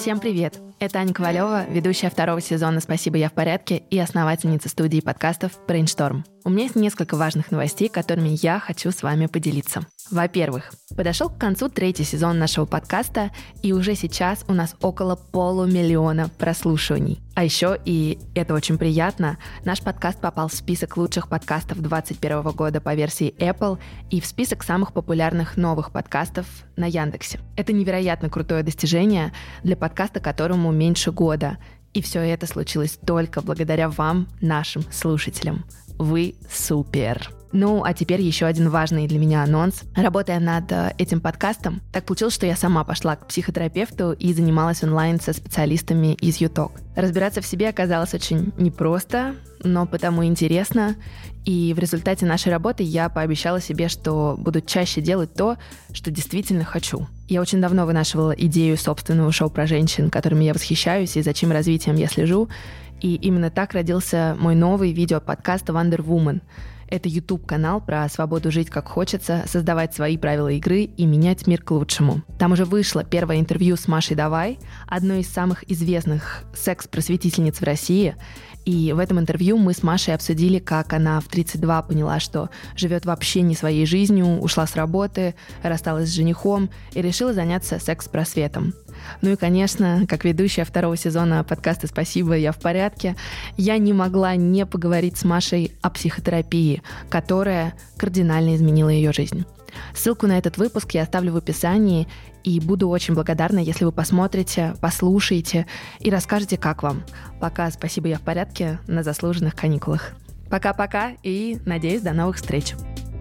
Всем привет! Это Аня Ковалева, ведущая второго сезона «Спасибо, я в порядке» и основательница студии подкастов Brainstorm. У меня есть несколько важных новостей, которыми я хочу с вами поделиться. Во-первых, подошел к концу третий сезон нашего подкаста, и уже сейчас у нас около 500 000 прослушиваний. А еще, и это очень приятно, наш подкаст попал в список лучших подкастов 2021 года по версии Apple и в список самых популярных новых подкастов на Яндексе. Это невероятно крутое достижение для подкаста, которому меньше года. И все это случилось только благодаря вам, нашим слушателям. Вы супер! Ну, а теперь еще один важный для меня анонс. Работая над этим подкастом, так получилось, что я сама пошла к психотерапевту и занималась онлайн со специалистами из ЮТОК. Разбираться в себе оказалось очень непросто, но потому интересно. И в результате нашей работы я пообещала себе, что буду чаще делать то, что действительно хочу. Я очень давно вынашивала идею собственного шоу про женщин, которыми я восхищаюсь и за чьим развитием я слежу. И именно так родился мой новый видеоподкаст Wonder Woman. Это YouTube-канал про свободу жить как хочется, создавать свои правила игры и менять мир к лучшему. Там уже вышло первое интервью с Машей Давай, одной из самых известных секс-просветительниц в России. И в этом интервью мы с Машей обсудили, как она в 32 поняла, что живет вообще не своей жизнью, ушла с работы, рассталась с женихом и решила заняться секс-просветом. Ну и, конечно, как ведущая второго сезона подкаста «Спасибо, я в порядке», я не могла не поговорить с Машей о психотерапии, которая кардинально изменила ее жизнь. Ссылку на этот выпуск я оставлю в описании, и буду очень благодарна, если вы посмотрите, послушаете и расскажете, как вам. Пока «Спасибо, я в порядке» на заслуженных каникулах. Пока-пока и, надеюсь, до новых встреч!